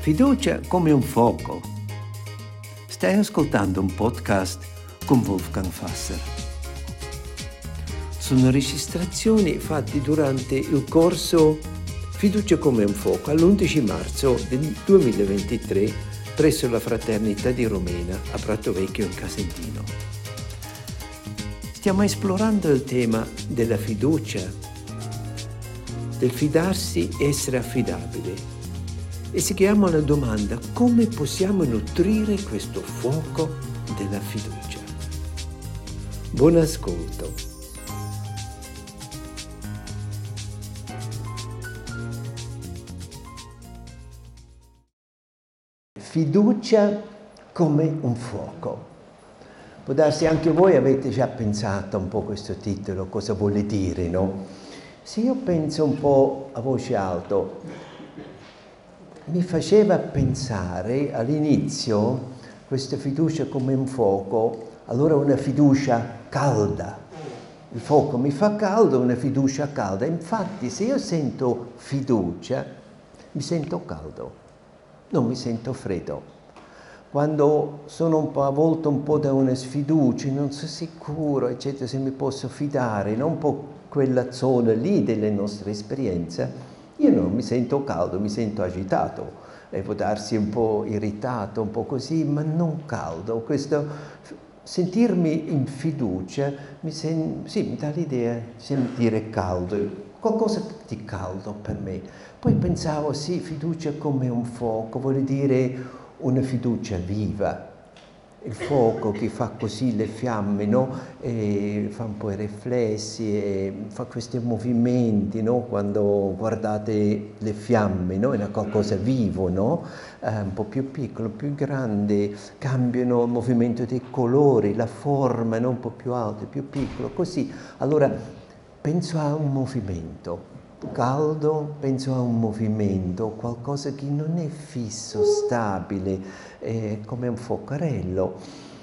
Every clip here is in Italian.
Fiducia come un fuoco. Stai ascoltando un podcast con Wolfgang Fasser. Sono registrazioni fatte durante il corso Fiducia come un fuoco all'11 marzo del 2023 presso la Fraternità di Romena a Prato Vecchio in Casentino. Stiamo esplorando il tema della fiducia, del fidarsi e essere affidabili. E si chiama la domanda: come possiamo nutrire questo fuoco della fiducia? Buon ascolto. Fiducia come un fuoco. Può darsi anche voi avete già pensato un po' a questo titolo, cosa vuole dire, no? Se io penso un po' a voce alta, mi faceva pensare all'inizio questa fiducia come un fuoco, allora una fiducia calda. Il fuoco mi fa caldo, una fiducia calda. Infatti se io sento fiducia, mi sento caldo, non mi sento freddo. Quando sono un po' avvolto un po' da una sfiducia, non sono sicuro, eccetera, se mi posso fidare, non un po' quella zona lì delle nostre esperienze, io non mi sento caldo, mi sento agitato, e può darsi un po' irritato, un po' così, ma non caldo. Questo sentirmi in fiducia mi dà l'idea di sentire caldo, qualcosa di caldo per me. Poi pensavo, sì, fiducia come un fuoco, vuol dire una fiducia viva. Il fuoco che fa così le fiamme, no? E fa un po' i riflessi e fa questi movimenti, no? Quando guardate le fiamme, no? È qualcosa vivo, no? Un po' più piccolo, più grande, cambiano il movimento dei colori, la forma, no? Un po' più alto, più piccolo, così. Allora penso a un movimento. Caldo, penso a un movimento, qualcosa che non è fisso, stabile, come un fuocherello.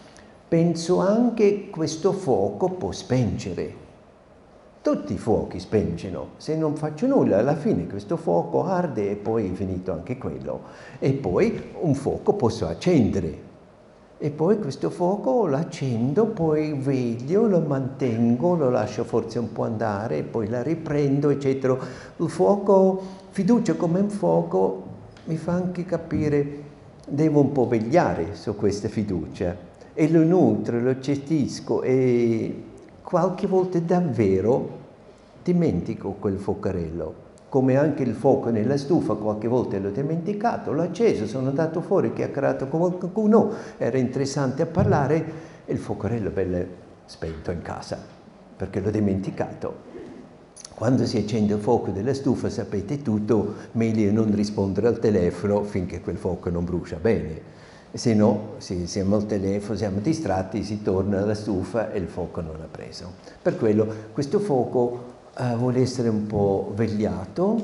Penso anche che questo fuoco può spengere. Tutti i fuochi spengono. Se non faccio nulla, alla fine questo fuoco arde e poi è finito anche quello. E poi un fuoco posso accendere. E poi questo fuoco lo accendo, poi veglio, lo mantengo, lo lascio forse un po' andare, poi la riprendo, eccetera. Il fuoco, fiducia come un fuoco, mi fa anche capire, devo un po' vegliare su questa fiducia e lo nutro, lo gestisco e qualche volta davvero dimentico quel fuocherello. Come anche il fuoco nella stufa, qualche volta l'ho dimenticato, l'ho acceso, sono andato fuori, chiacchierato con qualcuno, era interessante a parlare e il fuocherello è bello spento in casa, perché l'ho dimenticato. Quando si accende il fuoco della stufa, sapete tutto, meglio non rispondere al telefono finché quel fuoco non brucia bene. Se no, se siamo al telefono, siamo distratti, si torna alla stufa e il fuoco non ha preso. Per quello, questo fuoco vuole essere un po' vegliato,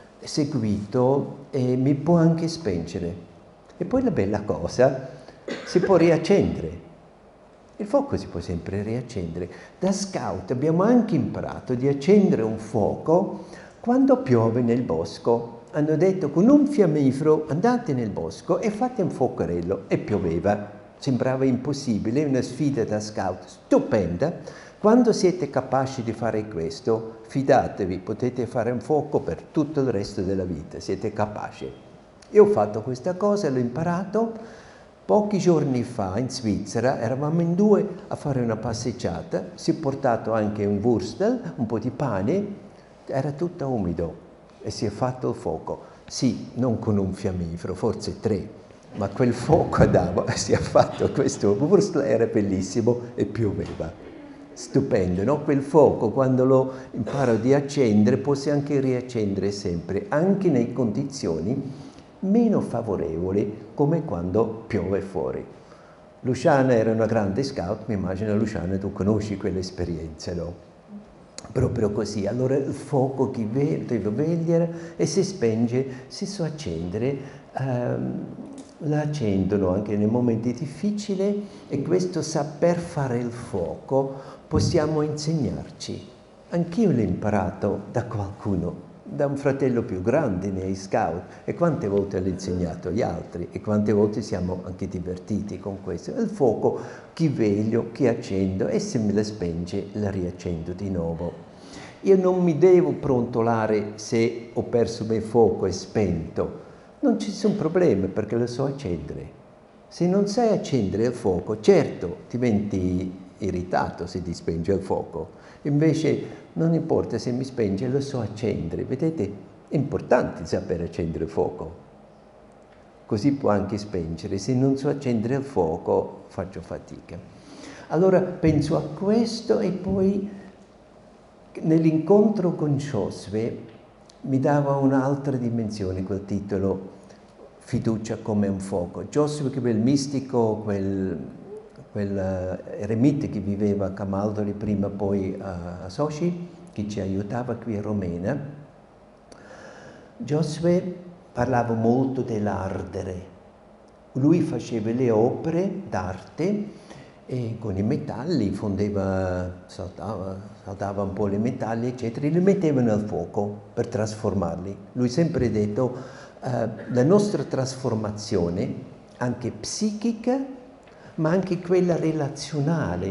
seguito e mi può anche spengere. E poi la bella cosa, si può riaccendere. Il fuoco si può sempre riaccendere. Da scout abbiamo anche imparato di accendere un fuoco quando piove nel bosco. Hanno detto con un fiammifero andate nel bosco e fate un fuocherello. E pioveva. Sembrava impossibile, una sfida da scout stupenda. Quando siete capaci di fare questo, fidatevi, potete fare un fuoco per tutto il resto della vita, siete capaci. Io ho fatto questa cosa, l'ho imparato. Pochi giorni fa in Svizzera eravamo in due a fare una passeggiata, si è portato anche un wurstel, un po' di pane, era tutto umido e si è fatto il fuoco. Sì, non con un fiammifero, forse 3, ma quel fuoco andava, si è fatto questo wurstel, era bellissimo e pioveva. Stupendo, no? Quel fuoco, quando lo imparo di accendere, posso anche riaccendere sempre, anche in condizioni meno favorevoli, come quando piove fuori. Luciana era una grande scout, mi immagino Luciana, tu conosci quell'esperienza, no? Proprio così, allora il fuoco che devo vegliare e si spenge, si sa accendere, la accendono anche nei momenti difficili e questo saper fare il fuoco possiamo insegnarci. Anch'io l'ho imparato da qualcuno da un fratello più grande nei scout, e quante volte l'ho insegnato agli altri e quante volte siamo anche divertiti con questo. Il fuoco, chi veglio, chi accendo, e se me la spenge la riaccendo di nuovo. Io non mi devo brontolare se ho perso il mio fuoco e spento, non ci sono problemi perché lo so accendere. Se non sai accendere il fuoco, certo diventi irritato se ti spenge il fuoco, invece non importa se mi spenge, lo so accendere. Vedete, è importante sapere accendere il fuoco, così può anche spengere. Se non so accendere il fuoco faccio fatica. Allora penso a questo, e poi nell'incontro con Josue mi dava un'altra dimensione quel titolo, Fiducia come un fuoco. Josue, che quel mistico, quel eremita che viveva a Camaldoli, prima poi a Sochi, che ci aiutava qui a Romena. Josue parlava molto dell'ardere. Lui faceva le opere d'arte e con i metalli fondeva, saltava un po' i metalli, eccetera, e li metteva nel fuoco per trasformarli. Lui sempre ha detto, la nostra trasformazione, anche psichica, ma anche quella relazionale,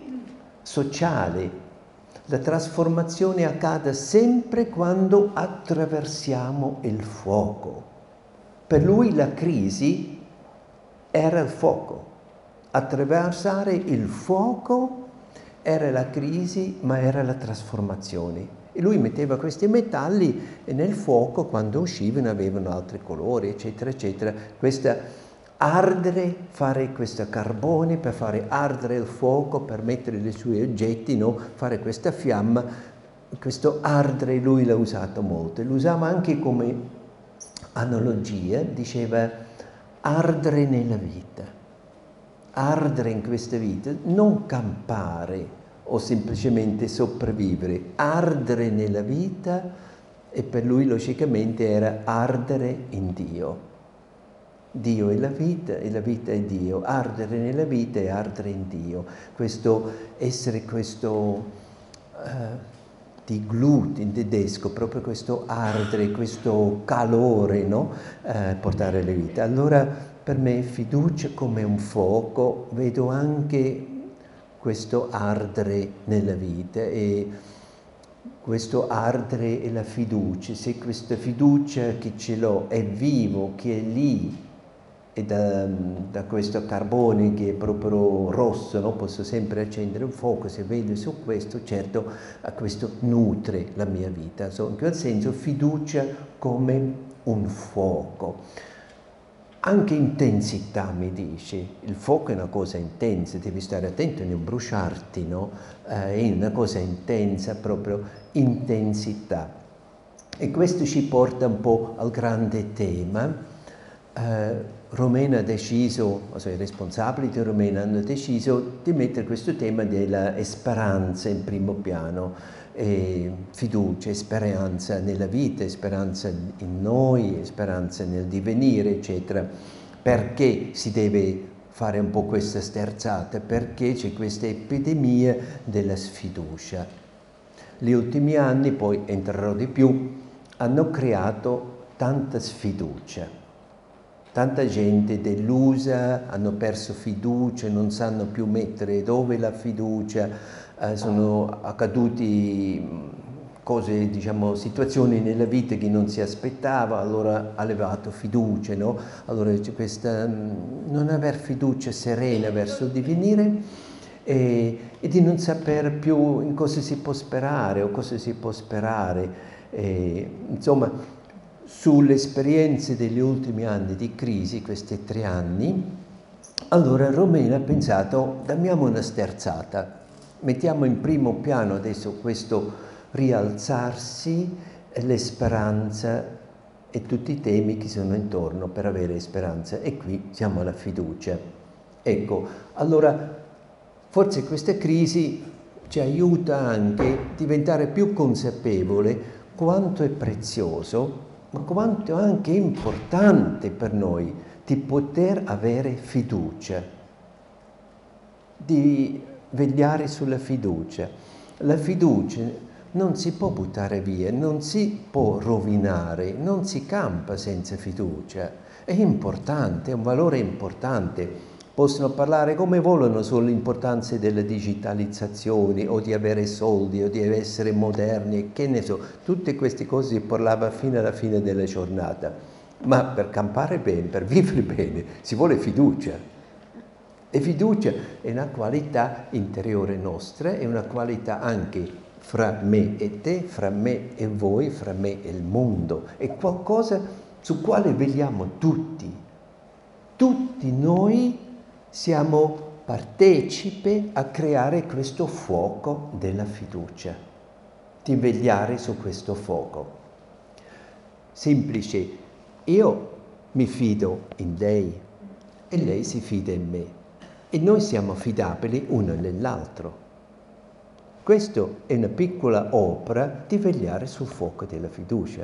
sociale, la trasformazione accade sempre quando attraversiamo il fuoco. Per lui la crisi era il fuoco. Attraversare il fuoco era la crisi, ma era la trasformazione. E lui metteva questi metalli nel fuoco, quando uscivano avevano altri colori, eccetera, eccetera. Questa ardere, fare questo carbone per fare ardere il fuoco, per mettere i suoi oggetti, no? Fare questa fiamma, questo ardere lui l'ha usato molto. Lo usava anche come analogia, diceva ardere nella vita. Ardere in questa vita, non campare o semplicemente sopravvivere, ardere nella vita, e per lui logicamente era ardere in Dio. Dio è la vita e la vita è Dio, ardere nella vita e ardere in Dio. Questo essere, questo di Glut in tedesco, proprio questo ardere, questo calore, no? Portare la vita. Allora per me fiducia come un fuoco, vedo anche questo ardere nella vita, e questo ardere e la fiducia, se questa fiducia che ce l'ho è vivo, che è lì, e da questo carbone che è proprio rosso, no? Posso sempre accendere un fuoco, se vedo su questo, certo questo nutre la mia vita. In quel senso fiducia come un fuoco. Anche intensità, mi dice, il fuoco è una cosa intensa, devi stare attento a non bruciarti, no? È una cosa intensa, proprio intensità. E questo ci porta un po' al grande tema. Romena ha deciso, i responsabili di Romena hanno deciso di mettere questo tema della speranza in primo piano. Fiducia, speranza nella vita, speranza in noi, speranza nel divenire, eccetera. Perché si deve fare un po' questa sterzata? Perché c'è questa epidemia della sfiducia. Gli ultimi anni, poi entrerò di più, hanno creato tanta sfiducia. Tanta gente delusa, hanno perso fiducia, non sanno più mettere dove la fiducia, sono accaduti cose, diciamo, situazioni nella vita che non si aspettava, allora ha levato fiducia, no? Allora c'è questa non aver fiducia serena verso il divenire, e di non sapere più in cosa si può sperare o cosa si può sperare. Insomma, sulle esperienze degli ultimi anni di crisi, questi 3 anni, allora Romena ha pensato, diamo una sterzata, mettiamo in primo piano adesso questo rialzarsi, le speranze e tutti i temi che sono intorno per avere speranza, e qui siamo alla fiducia. Ecco, allora forse questa crisi ci aiuta anche a diventare più consapevole quanto è prezioso, ma quanto è anche importante per noi di poter avere fiducia, di vegliare sulla fiducia. La fiducia non si può buttare via, non si può rovinare, non si campa senza fiducia. È importante, è un valore importante. Possono parlare come vogliono sull'importanza della digitalizzazione o di avere soldi o di essere moderni, che ne so, tutte queste cose si parlava fino alla fine della giornata. Ma per campare bene, per vivere bene, si vuole fiducia. E fiducia è una qualità interiore nostra, è una qualità anche fra me e te, fra me e voi, fra me e il mondo. È qualcosa su quale vegliamo tutti. Tutti noi siamo partecipi a creare questo fuoco della fiducia, di vegliare su questo fuoco. Semplice, io mi fido in lei e lei si fida in me e noi siamo affidabili uno nell'altro. Questa è una piccola opera di vegliare sul fuoco della fiducia.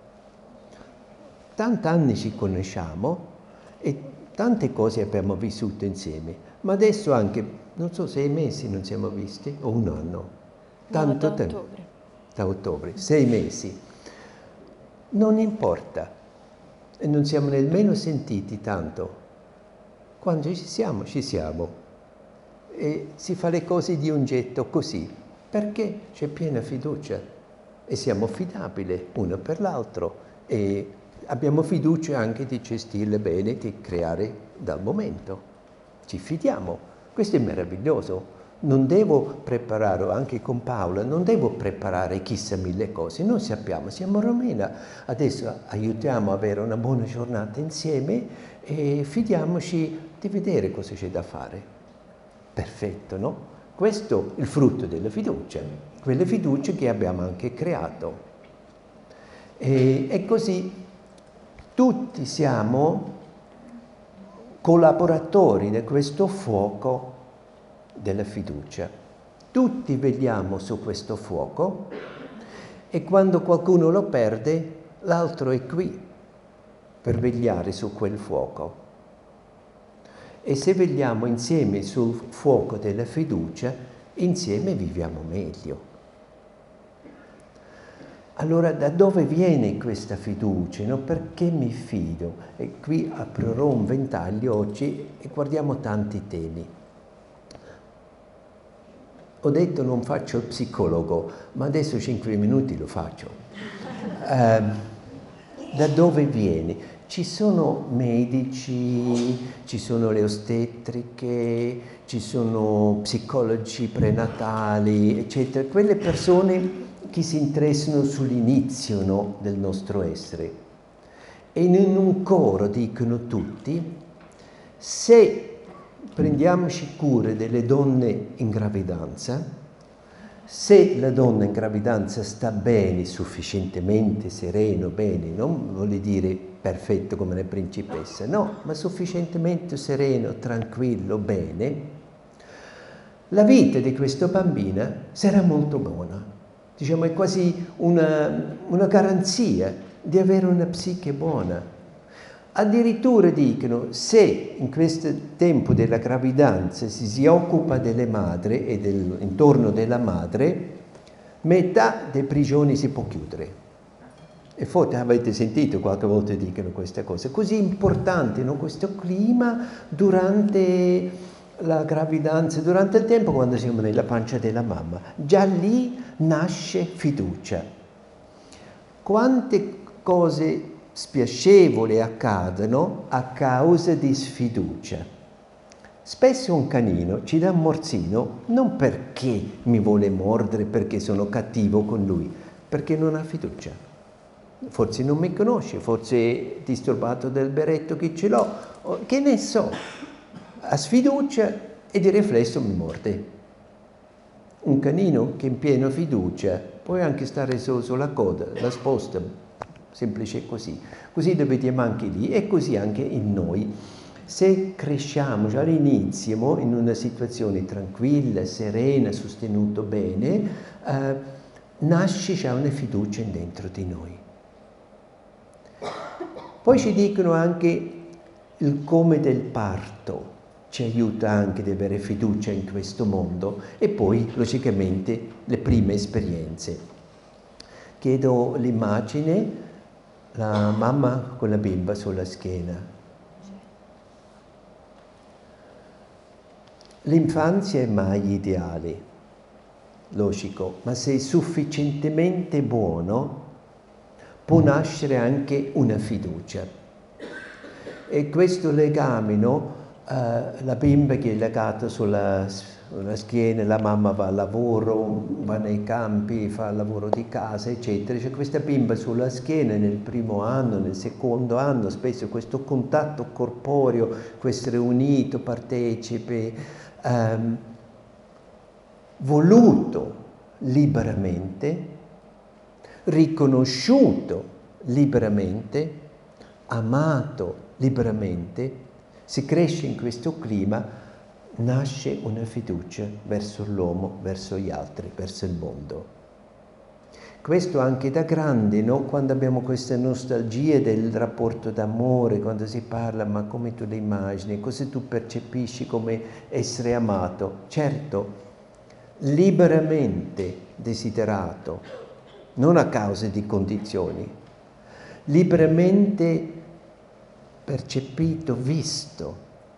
Tanti anni ci conosciamo e tante cose abbiamo vissuto insieme, ma adesso anche, non so, 6 mesi non siamo visti, o un anno. Tanto no, da tempo. ottobre. Da ottobre, 6 mesi. Non importa, e non siamo nemmeno sentiti tanto. Quando ci siamo, ci siamo. E si fa le cose di un getto così, perché c'è piena fiducia e siamo affidabili uno per l'altro e abbiamo fiducia anche di gestirle bene, di creare dal momento. Ci fidiamo. Questo è meraviglioso. Non devo preparare, anche con Paola, non devo preparare chissà mille cose. Noi sappiamo, siamo Romena, adesso aiutiamo a avere una buona giornata insieme e fidiamoci di vedere cosa c'è da fare. Perfetto, no? Questo è il frutto della fiducia, quelle fiducie che abbiamo anche creato. E così tutti siamo collaboratori di questo fuoco della fiducia. Tutti vegliamo su questo fuoco e quando qualcuno lo perde, l'altro è qui per vegliare su quel fuoco. E se vegliamo insieme sul fuoco della fiducia, insieme viviamo meglio. Allora, da dove viene questa fiducia? No? Perché mi fido? E qui aprirò un ventaglio oggi e guardiamo tanti temi. Ho detto non faccio il psicologo, ma adesso 5 minuti lo faccio. Da dove viene? Ci sono medici, ci sono le ostetriche, ci sono psicologi prenatali, eccetera. Quelle persone che si interessano sull'inizio, no, del nostro essere. E in un coro dicono tutti, se prendiamoci cura delle donne in gravidanza, se la donna in gravidanza sta bene, sufficientemente sereno, bene, non vuol dire perfetto come una principessa, no, ma sufficientemente sereno, tranquillo, bene, la vita di questa bambina sarà molto buona. Diciamo, è quasi una garanzia di avere una psiche buona. Addirittura dicono, se in questo tempo della gravidanza si occupa delle madri e dell'intorno della madre, metà delle prigioni si può chiudere. E forse avete sentito qualche volta dicono questa cosa. Così importante, no? Questo clima durante la gravidanza, durante il tempo quando siamo nella pancia della mamma. Già lì nasce fiducia. Quante cose spiacevoli accadono a causa di sfiducia. Spesso un canino ci dà un morsino non perché mi vuole mordere, perché sono cattivo con lui, perché non ha fiducia. Forse non mi conosce, forse è disturbato del berretto che ce l'ho, che ne so. Ha sfiducia e di riflesso mi morde. Un canino che in piena fiducia può anche stare solo sulla coda, la sposta, semplice così. Così lo vediamo anche lì e così anche in noi. Se cresciamo già all'inizio in una situazione tranquilla, serena, sostenuto bene, nasce già una fiducia dentro di noi. Poi ci dicono anche il come del parto. ci aiuta anche ad avere fiducia in questo mondo e poi, logicamente, le prime esperienze. Chiedo l'immagine, la mamma con la bimba sulla schiena. L'infanzia è mai ideale, logico, ma se è sufficientemente buono, può nascere anche una fiducia. E questo legame, no? La bimba che è legata sulla schiena, la mamma va al lavoro, va nei campi, fa il lavoro di casa, eccetera. C'è questa bimba sulla schiena nel primo anno, nel secondo anno, spesso questo contatto corporeo, questo essere unito, partecipe, voluto liberamente, riconosciuto liberamente, amato liberamente. Si cresce in questo clima, nasce una fiducia verso l'uomo, verso gli altri, verso il mondo. Questo anche da grandi, no? Quando abbiamo queste nostalgie del rapporto d'amore, quando si parla, ma come tu le immagini, cosa tu percepisci come essere amato? Certo, liberamente desiderato, non a causa di condizioni, liberamente percepito, visto.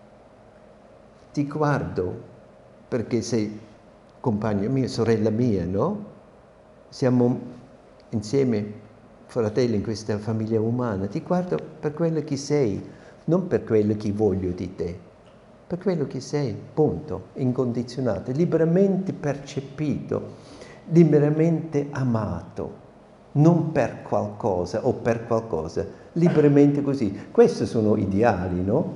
Ti guardo perché sei compagno mio, sorella mia, no? Siamo insieme fratelli in questa famiglia umana. Ti guardo per quello che sei, non per quello che voglio di te, per quello che sei, punto, incondizionato, liberamente percepito, liberamente amato, non per qualcosa o per qualcosa, liberamente così. Questi sono ideali, no?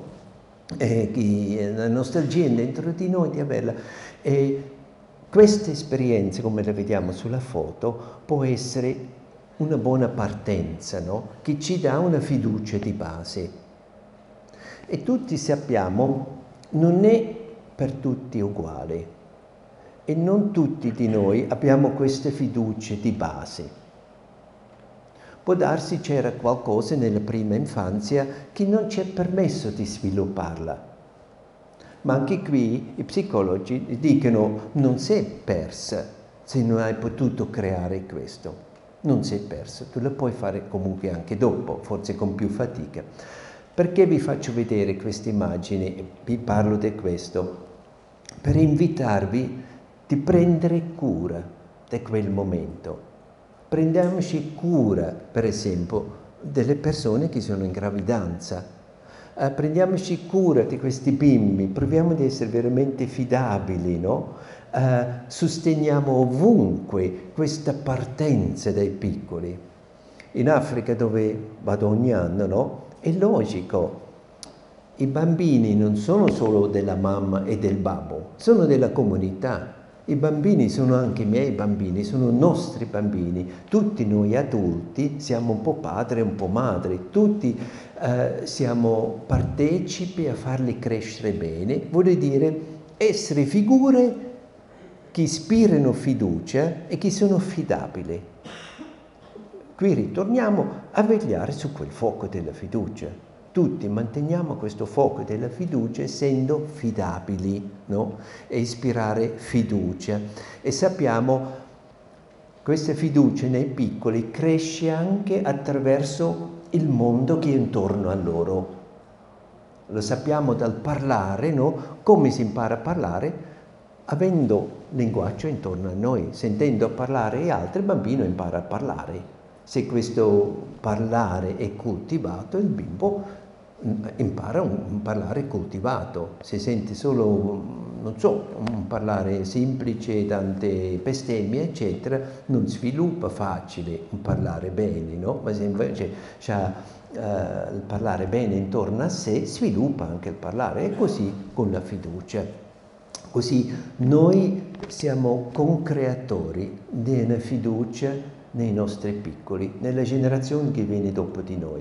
La nostalgia è dentro di noi di averla. E queste esperienze, come le vediamo sulla foto, può essere una buona partenza, no? Che ci dà una fiducia di base. E tutti sappiamo, non è per tutti uguale. E non tutti di noi abbiamo queste fiducie di base. Può darsi c'era qualcosa nella prima infanzia che non ci è permesso di svilupparla. Ma anche qui i psicologi dicono non sei persa se non hai potuto creare questo. Non sei persa, tu lo puoi fare comunque anche dopo, forse con più fatica. Perché vi faccio vedere queste immagini? Vi parlo di questo per invitarvi a prendere cura di quel momento. Prendiamoci cura, per esempio, delle persone che sono in gravidanza. Prendiamoci cura di questi bimbi, proviamo ad essere veramente fidabili, no? Sosteniamo ovunque questa partenza dai piccoli. In Africa, dove vado ogni anno, no? È logico, i bambini non sono solo della mamma e del babbo, sono della comunità. I bambini sono anche i miei bambini, sono nostri bambini. Tutti noi adulti siamo un po' padre e un po' madre, tutti siamo partecipi a farli crescere bene, vuol dire essere figure che ispirano fiducia e che sono affidabili. Qui ritorniamo a vegliare su quel fuoco della fiducia. Tutti manteniamo questo fuoco della fiducia essendo fidabili, no? E ispirare fiducia. E sappiamo questa fiducia nei piccoli cresce anche attraverso il mondo che è intorno a loro. Lo sappiamo dal parlare, no? Come si impara a parlare? Avendo linguaggio intorno a noi, sentendo parlare gli altri, il bambino impara a parlare. Se questo parlare è coltivato, il bimbo impara un parlare coltivato. Se sente solo, non so, un parlare semplice, tante bestemmie, eccetera, non sviluppa facile un parlare bene, no? Ma se invece c'ha il parlare bene intorno a sé, sviluppa anche il parlare. E così con la fiducia. Così noi siamo concreatori di una fiducia nei nostri piccoli, nella generazione che viene dopo di noi.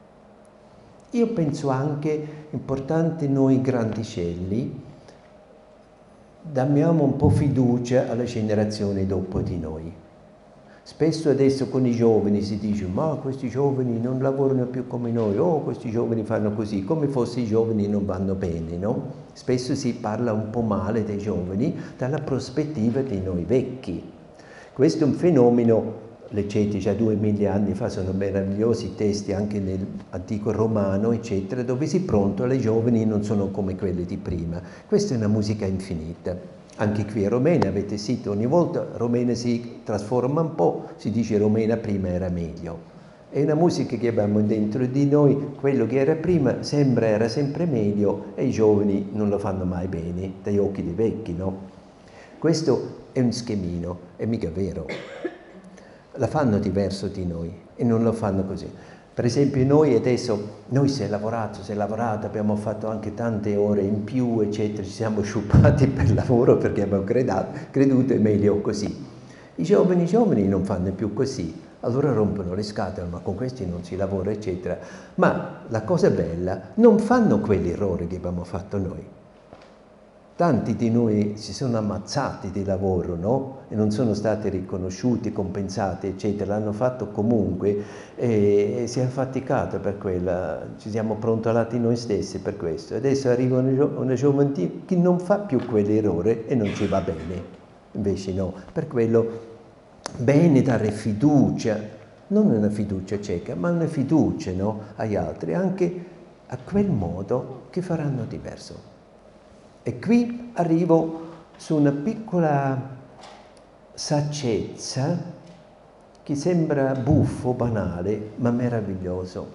Io penso anche importante noi grandicelli diamo un po' fiducia alla generazione dopo di noi. Spesso adesso con i giovani si dice ma questi giovani non lavorano più come noi, oh questi giovani fanno così, come fosse i giovani non vanno bene, no? Spesso si parla un po' male dei giovani dalla prospettiva di noi vecchi. Questo è un fenomeno, leggete già 2000 anni fa, sono meravigliosi testi anche nell'antico romano, eccetera, dove si prontola i giovani non sono come quelli di prima. Questa è una musica infinita. Anche qui a Romena, avete sentito, ogni volta Romena si trasforma un po', si dice Romena prima era meglio. È una musica che abbiamo dentro di noi, quello che era prima sembra era sempre meglio e i giovani non lo fanno mai bene, dagli occhi dei vecchi, no? Questo è un schemino, è mica vero. La fanno diverso di noi e non lo fanno così. Per esempio noi adesso, noi si è lavorato, abbiamo fatto anche tante ore in più, eccetera, ci siamo sciupati per lavoro perché abbiamo creduto è meglio così. I giovani non fanno più così, allora rompono le scatole, ma con questi non si lavora, eccetera. Ma la cosa bella, non fanno quegli errori che abbiamo fatto noi. Tanti di noi si sono ammazzati di lavoro, no? E non sono stati riconosciuti, compensati, eccetera. L'hanno fatto comunque e si è affaticato per quella. Ci siamo prontolati noi stessi per questo. Adesso arriva una gioventù che non fa più quell'errore e non ci va bene. Invece no. Per quello bene dare fiducia, non una fiducia cieca, ma una fiducia, no? Agli altri, anche a quel modo che faranno diverso. E qui arrivo su una piccola saggezza che sembra buffo, banale, ma meraviglioso.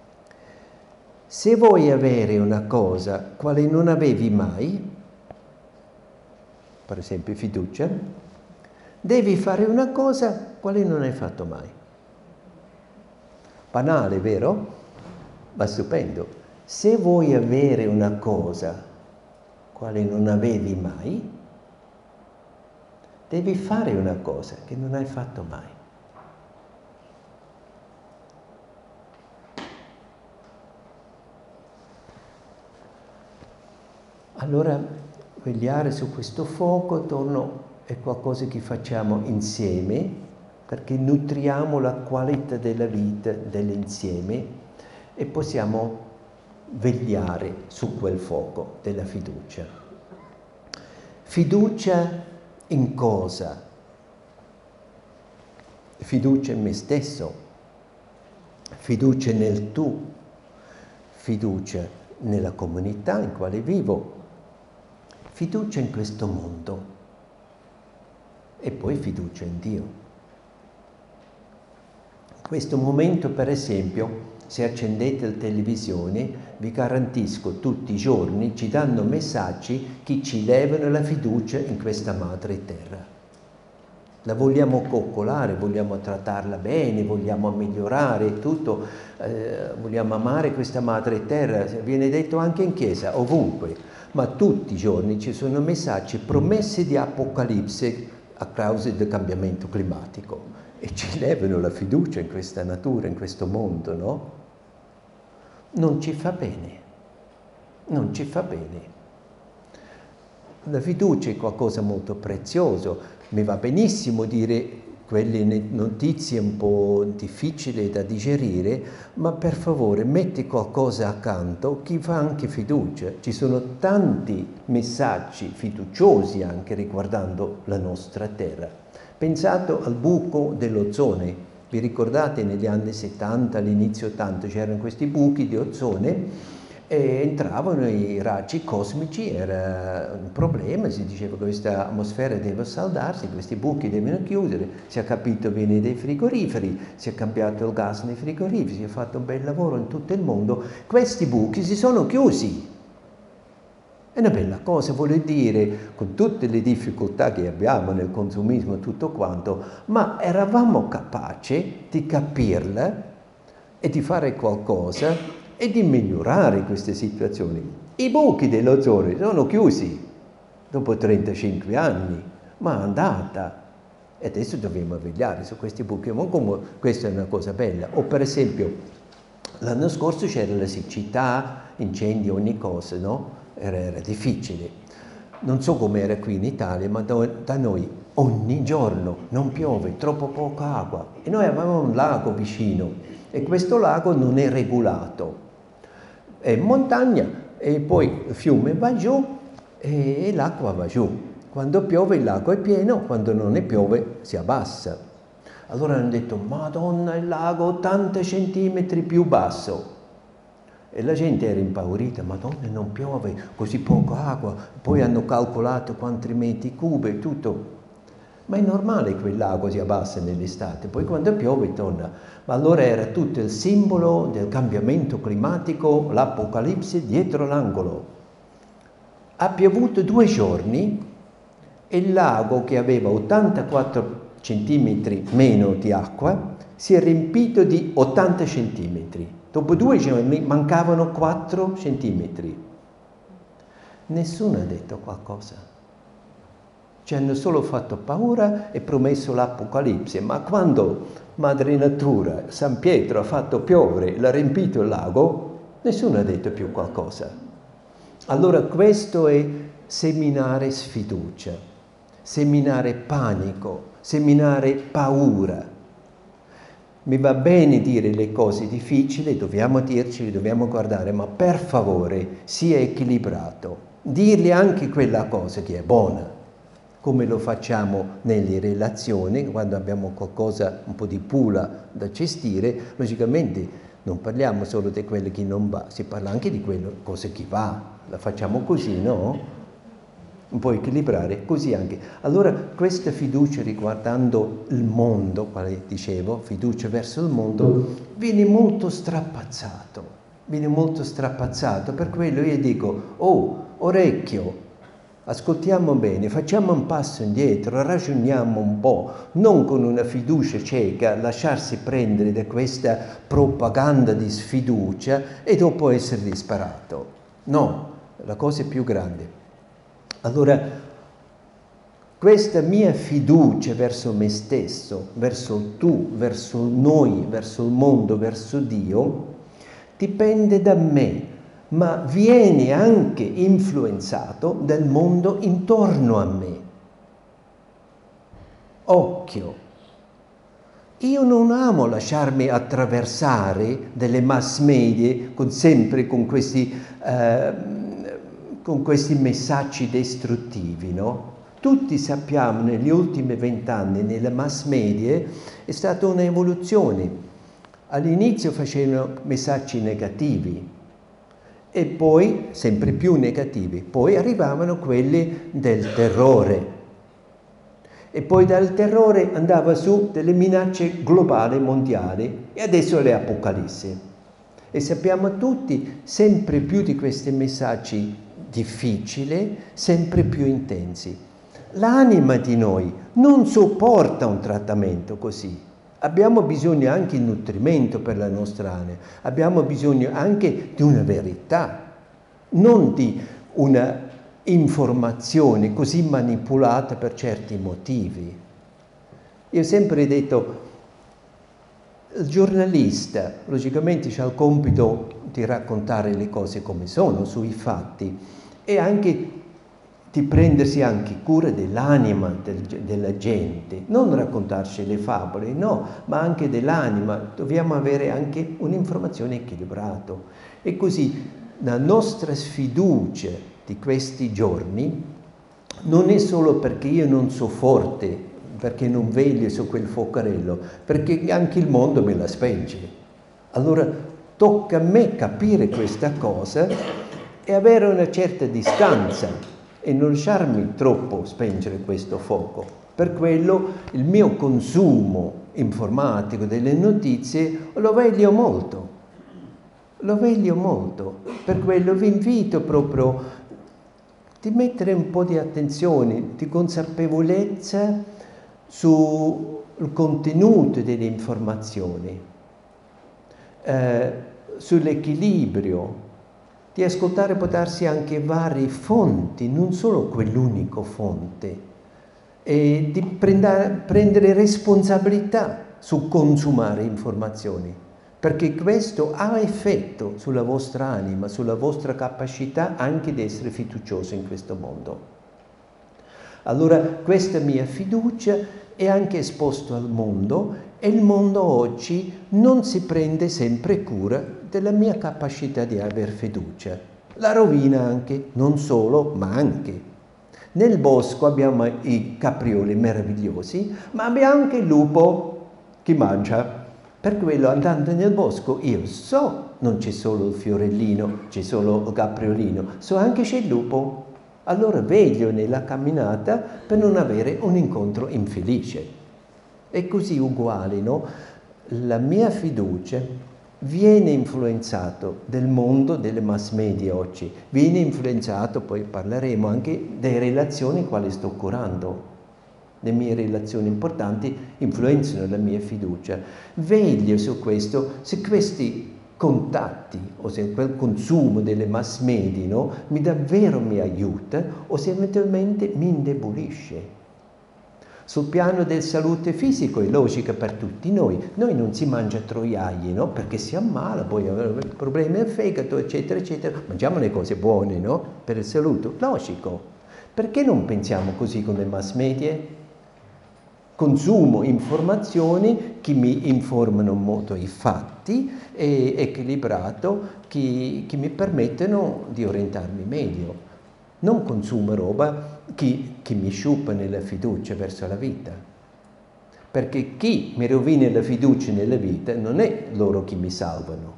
Se vuoi avere una cosa quale non avevi mai, per esempio fiducia, devi fare una cosa quale non hai fatto mai. Banale, vero? Ma stupendo. Se vuoi avere una cosa quale non avevi mai, devi fare una cosa che non hai fatto mai. Allora, vegliare su questo fuoco, è qualcosa che facciamo insieme, perché nutriamo la qualità della vita dell'insieme e possiamo vegliare su quel fuoco della fiducia. Fiducia in cosa? Fiducia in me stesso, fiducia nel tu, fiducia nella comunità in quale vivo, fiducia in questo mondo e poi fiducia in Dio. In questo momento, per esempio, se accendete la televisione, vi garantisco tutti i giorni ci danno messaggi che ci levano la fiducia in questa madre terra. La vogliamo coccolare, vogliamo trattarla bene, vogliamo migliorare tutto, vogliamo amare questa madre terra, viene detto anche in chiesa, ovunque, ma tutti i giorni ci sono messaggi, promesse di apocalisse a causa del cambiamento climatico. E ci levano la fiducia in questa natura, in questo mondo, no? Non ci fa bene, non ci fa bene. La fiducia è qualcosa molto prezioso, mi va benissimo dire quelle notizie un po' difficili da digerire, ma per favore metti qualcosa accanto che fa anche fiducia. Ci sono tanti messaggi fiduciosi anche riguardando la nostra terra. Pensate al buco dell'ozone, vi ricordate negli anni 70, all'inizio 80 c'erano questi buchi di ozone e entravano i raggi cosmici, era un problema, si diceva che questa atmosfera deve saldarsi, questi buchi devono chiudere, si è capito bene dei frigoriferi, si è cambiato il gas nei frigoriferi, si è fatto un bel lavoro in tutto il mondo, questi buchi si sono chiusi. È una bella cosa, vuol dire, con tutte le difficoltà che abbiamo nel consumismo e tutto quanto, ma eravamo capaci di capirla e di fare qualcosa e di migliorare queste situazioni. I buchi dell'ozone sono chiusi dopo 35 anni, ma è andata. E adesso dobbiamo vegliare su questi buchi, ma come questa è una cosa bella. O per esempio, l'anno scorso c'era la siccità, incendi, ogni cosa, no? Era difficile. Non so com'era qui in Italia, ma da noi ogni giorno, non piove, troppo poca acqua. E noi avevamo un lago vicino e questo lago non è regolato. È montagna e poi il fiume va giù e l'acqua va giù. Quando piove il lago è pieno, quando non ne piove si abbassa. Allora hanno detto, Madonna, il lago 80 centimetri più basso. E la gente era impaurita, Madonna, non piove, così poca acqua. Poi hanno calcolato quanti metri cubi e tutto. Ma è normale che quel lago si abbassa nell'estate, poi quando piove torna. Ma allora era tutto il simbolo del cambiamento climatico, l'Apocalisse dietro l'angolo. Ha piovuto 2 giorni e il lago, che aveva 84 centimetri meno di acqua, si è riempito di 80 centimetri. Dopo 2 giorni mancavano 4 centimetri. Nessuno ha detto qualcosa. Ci hanno solo fatto paura e promesso l'Apocalisse, ma quando Madre Natura, San Pietro ha fatto piovere, l'ha riempito il lago, nessuno ha detto più qualcosa. Allora questo è seminare sfiducia, seminare panico, seminare paura. Mi va bene dire le cose difficili, dobbiamo dircele, dobbiamo guardare, ma per favore sia equilibrato. Dirgli anche quella cosa che è buona, come lo facciamo nelle relazioni, quando abbiamo qualcosa, un po' di pula da gestire, logicamente non parliamo solo di quello che non va, si parla anche di quello, cosa che va, la facciamo così, no? Un po' equilibrare, così anche. Allora questa fiducia riguardando il mondo, quale dicevo, fiducia verso il mondo, viene molto strapazzato, per quello io dico, oh, orecchio, ascoltiamo bene, facciamo un passo indietro, ragioniamo un po', non con una fiducia cieca, lasciarsi prendere da questa propaganda di sfiducia e dopo essere disperato. No, la cosa è più grande. Allora, questa mia fiducia verso me stesso, verso tu, verso noi, verso il mondo, verso Dio, dipende da me, ma viene anche influenzato dal mondo intorno a me. Occhio, io non amo lasciarmi attraversare dalle mass media sempre con questi messaggi distruttivi, no? Tutti sappiamo negli ultimi 20 anni nelle mass media è stata un'evoluzione. All'inizio facevano messaggi negativi e poi sempre più negativi, poi arrivavano quelli del terrore e poi dal terrore andava su delle minacce globali, mondiali e adesso le apocalisse. E sappiamo tutti sempre più di questi messaggi difficili, sempre più intensi. L'anima di noi non sopporta un trattamento così. Abbiamo bisogno anche di nutrimento per la nostra anima, abbiamo bisogno anche di una verità, non di una informazione così manipolata per certi motivi. Io ho sempre detto, il giornalista logicamente ha il compito di raccontare le cose come sono, sui fatti, e anche di prendersi anche cura dell'anima della gente, non raccontarci le favole, no, ma anche dell'anima. Dobbiamo avere anche un'informazione equilibrata. E così la nostra sfiducia di questi giorni non è solo perché io non so forte, perché non veglio su quel focarello, perché anche il mondo me la spenge. Allora tocca a me capire questa cosa e avere una certa distanza e non lasciarmi troppo spengere questo fuoco. Per quello il mio consumo informatico delle notizie lo veglio molto. Per quello vi invito proprio di mettere un po' di attenzione, di consapevolezza sul contenuto delle informazioni, sull'equilibrio, di ascoltare può darsi anche varie fonti, non solo quell'unico fonte, e di prendere responsabilità su consumare informazioni, perché questo ha effetto sulla vostra anima, sulla vostra capacità anche di essere fiducioso in questo mondo. Allora questa mia fiducia è anche esposta al mondo e il mondo oggi non si prende sempre cura della mia capacità di aver fiducia. La rovina anche, non solo, ma anche. Nel bosco abbiamo i caprioli meravigliosi, ma abbiamo anche il lupo che mangia. Per quello, andando nel bosco, io so non c'è solo il fiorellino, c'è solo il capriolino, so anche c'è il lupo. Allora veglio nella camminata per non avere un incontro infelice. È così uguale, no? La mia fiducia viene influenzato dal mondo delle mass media oggi, viene influenzato, poi parleremo anche delle relazioni quali sto curando. Le mie relazioni importanti influenzano la mia fiducia. Veglio su questo, se questi contatti o se quel consumo delle mass media, no, davvero mi aiuta o se eventualmente mi indebolisce. Sul piano del salute fisico è logica per tutti noi non si mangia troiai, no? Perché si ammala, poi avere problemi al fegato, eccetera, eccetera. Mangiamo le cose buone, no? Per il salute, logico. Perché non pensiamo così con le mass media? Consumo informazioni che mi informano in modo fatti e equilibrato, che mi permettono di orientarmi meglio. Non consumo roba che mi sciupa nella fiducia verso la vita. Perché chi mi rovina la fiducia nella vita non è loro che mi salvano.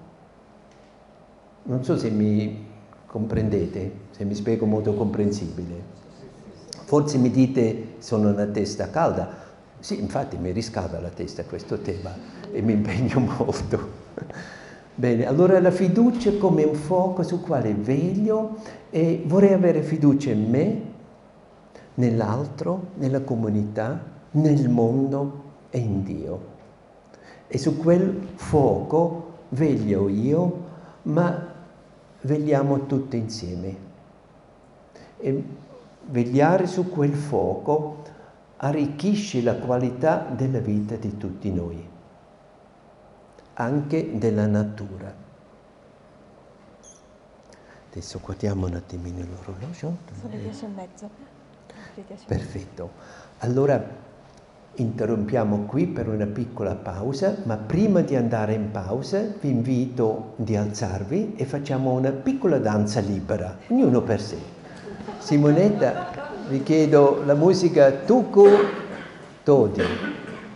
Non so se mi comprendete, se mi spiego in modo comprensibile. Forse mi dite sono una testa calda. Sì, infatti mi riscalda la testa questo tema e mi impegno molto. Bene, allora la fiducia come un fuoco sul quale veglio e vorrei avere fiducia in me, nell'altro, nella comunità, nel mondo e in Dio. E su quel fuoco veglio io, ma vegliamo tutti insieme. E vegliare su quel fuoco arricchisce la qualità della vita di tutti noi, anche della natura. Adesso guardiamo un attimino l'orologio. Sono le 10:30. Perfetto. Allora interrompiamo qui per una piccola pausa, ma prima di andare in pausa vi invito di alzarvi e facciamo una piccola danza libera, ognuno per sé. Simonetta, vi chiedo la musica Tuku Todi.